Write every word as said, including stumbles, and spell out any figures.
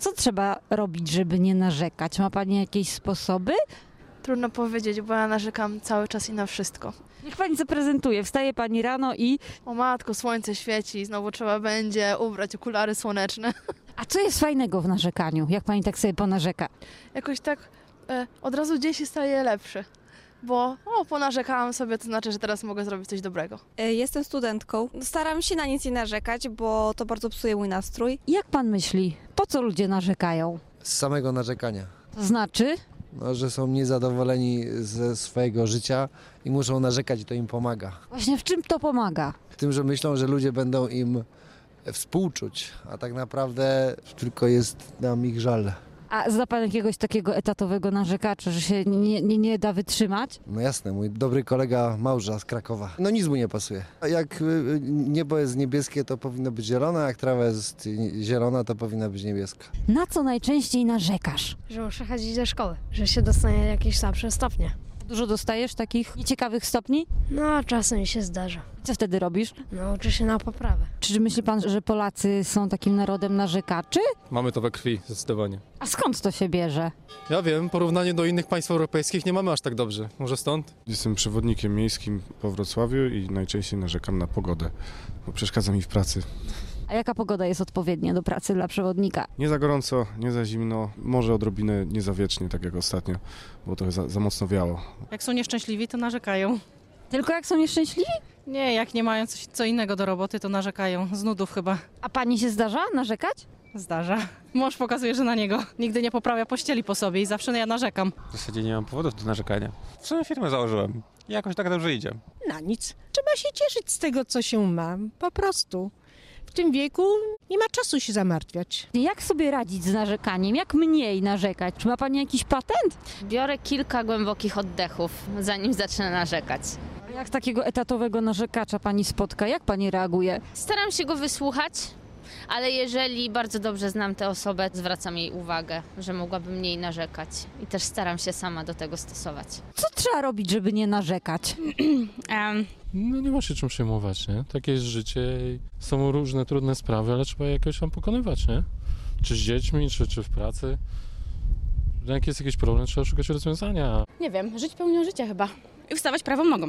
Co trzeba robić, żeby nie narzekać? Ma pani jakieś sposoby? Trudno powiedzieć, bo ja narzekam cały czas i na wszystko. Niech pani zaprezentuje. Wstaje pani rano i... O matko, słońce świeci, znowu trzeba będzie ubrać okulary słoneczne. A co jest fajnego w narzekaniu? Jak pani tak sobie ponarzeka? Jakoś tak e, od razu dzień się staje lepszy, bo o, ponarzekałam sobie, to znaczy, że teraz mogę zrobić coś dobrego. Jestem studentką. Staram się na nic nie narzekać, bo to bardzo psuje mój nastrój. Jak pan myśli, po co ludzie narzekają? Z samego narzekania. To znaczy? No, że są niezadowoleni ze swojego życia i muszą narzekać i to im pomaga. Właśnie w czym to pomaga? W tym, że myślą, że ludzie będą im współczuć, a tak naprawdę tylko jest nam ich żal. A zna pan jakiegoś takiego etatowego narzekacza, że się nie, nie, nie da wytrzymać? No jasne, mój dobry kolega Małża z Krakowa. No nic mu nie pasuje. Jak y, niebo jest niebieskie, to powinno być zielone, a jak trawa jest zielona, to powinna być niebieska. Na co najczęściej narzekasz? Że muszę chodzić do szkoły, że się dostanie jakieś słabsze stopnie. Dużo dostajesz takich nieciekawych stopni? No, czasem mi się zdarza. Co wtedy robisz? No, uczę się na poprawę. Czy myśli pan, że Polacy są takim narodem narzekaczy? Mamy to we krwi, zdecydowanie. A skąd to się bierze? Ja wiem, porównanie do innych państw europejskich nie mamy aż tak dobrze. Może stąd? Jestem przewodnikiem miejskim po Wrocławiu i najczęściej narzekam na pogodę, bo przeszkadza mi w pracy. A jaka pogoda jest odpowiednia do pracy dla przewodnika? Nie za gorąco, nie za zimno, może odrobinę nie za wiecznie, tak jak ostatnio, bo trochę za, za mocno wiało. Jak są nieszczęśliwi, to narzekają. Tylko jak są nieszczęśliwi? Nie, jak nie mają coś, co innego do roboty, to narzekają. Z nudów chyba. A pani się zdarza narzekać? Zdarza. Mąż pokazuje, że na niego nigdy nie poprawia pościeli po sobie i zawsze ja narzekam. W zasadzie nie mam powodów do narzekania. W sumie firmę założyłem i jakoś tak dobrze idzie. Na nic. Trzeba się cieszyć z tego, co się ma. Po prostu. W tym wieku nie ma czasu się zamartwiać. Jak sobie radzić z narzekaniem? Jak mniej narzekać? Czy ma pani jakiś patent? Biorę kilka głębokich oddechów, zanim zacznę narzekać. A jak takiego etatowego narzekacza pani spotka? Jak pani reaguje? Staram się go wysłuchać, ale jeżeli bardzo dobrze znam tę osobę, zwracam jej uwagę, że mogłaby mniej narzekać i też staram się sama do tego stosować. Co trzeba robić, żeby nie narzekać? um. No nie ma się czym przejmować, nie? Takie jest życie i są różne trudne sprawy, ale trzeba je jakoś tam pokonywać, nie? Czy z dziećmi, czy, czy w pracy. Jak jest jakiś problem, trzeba szukać rozwiązania. Nie wiem, żyć pełnią życia chyba i wstawać prawą nogą.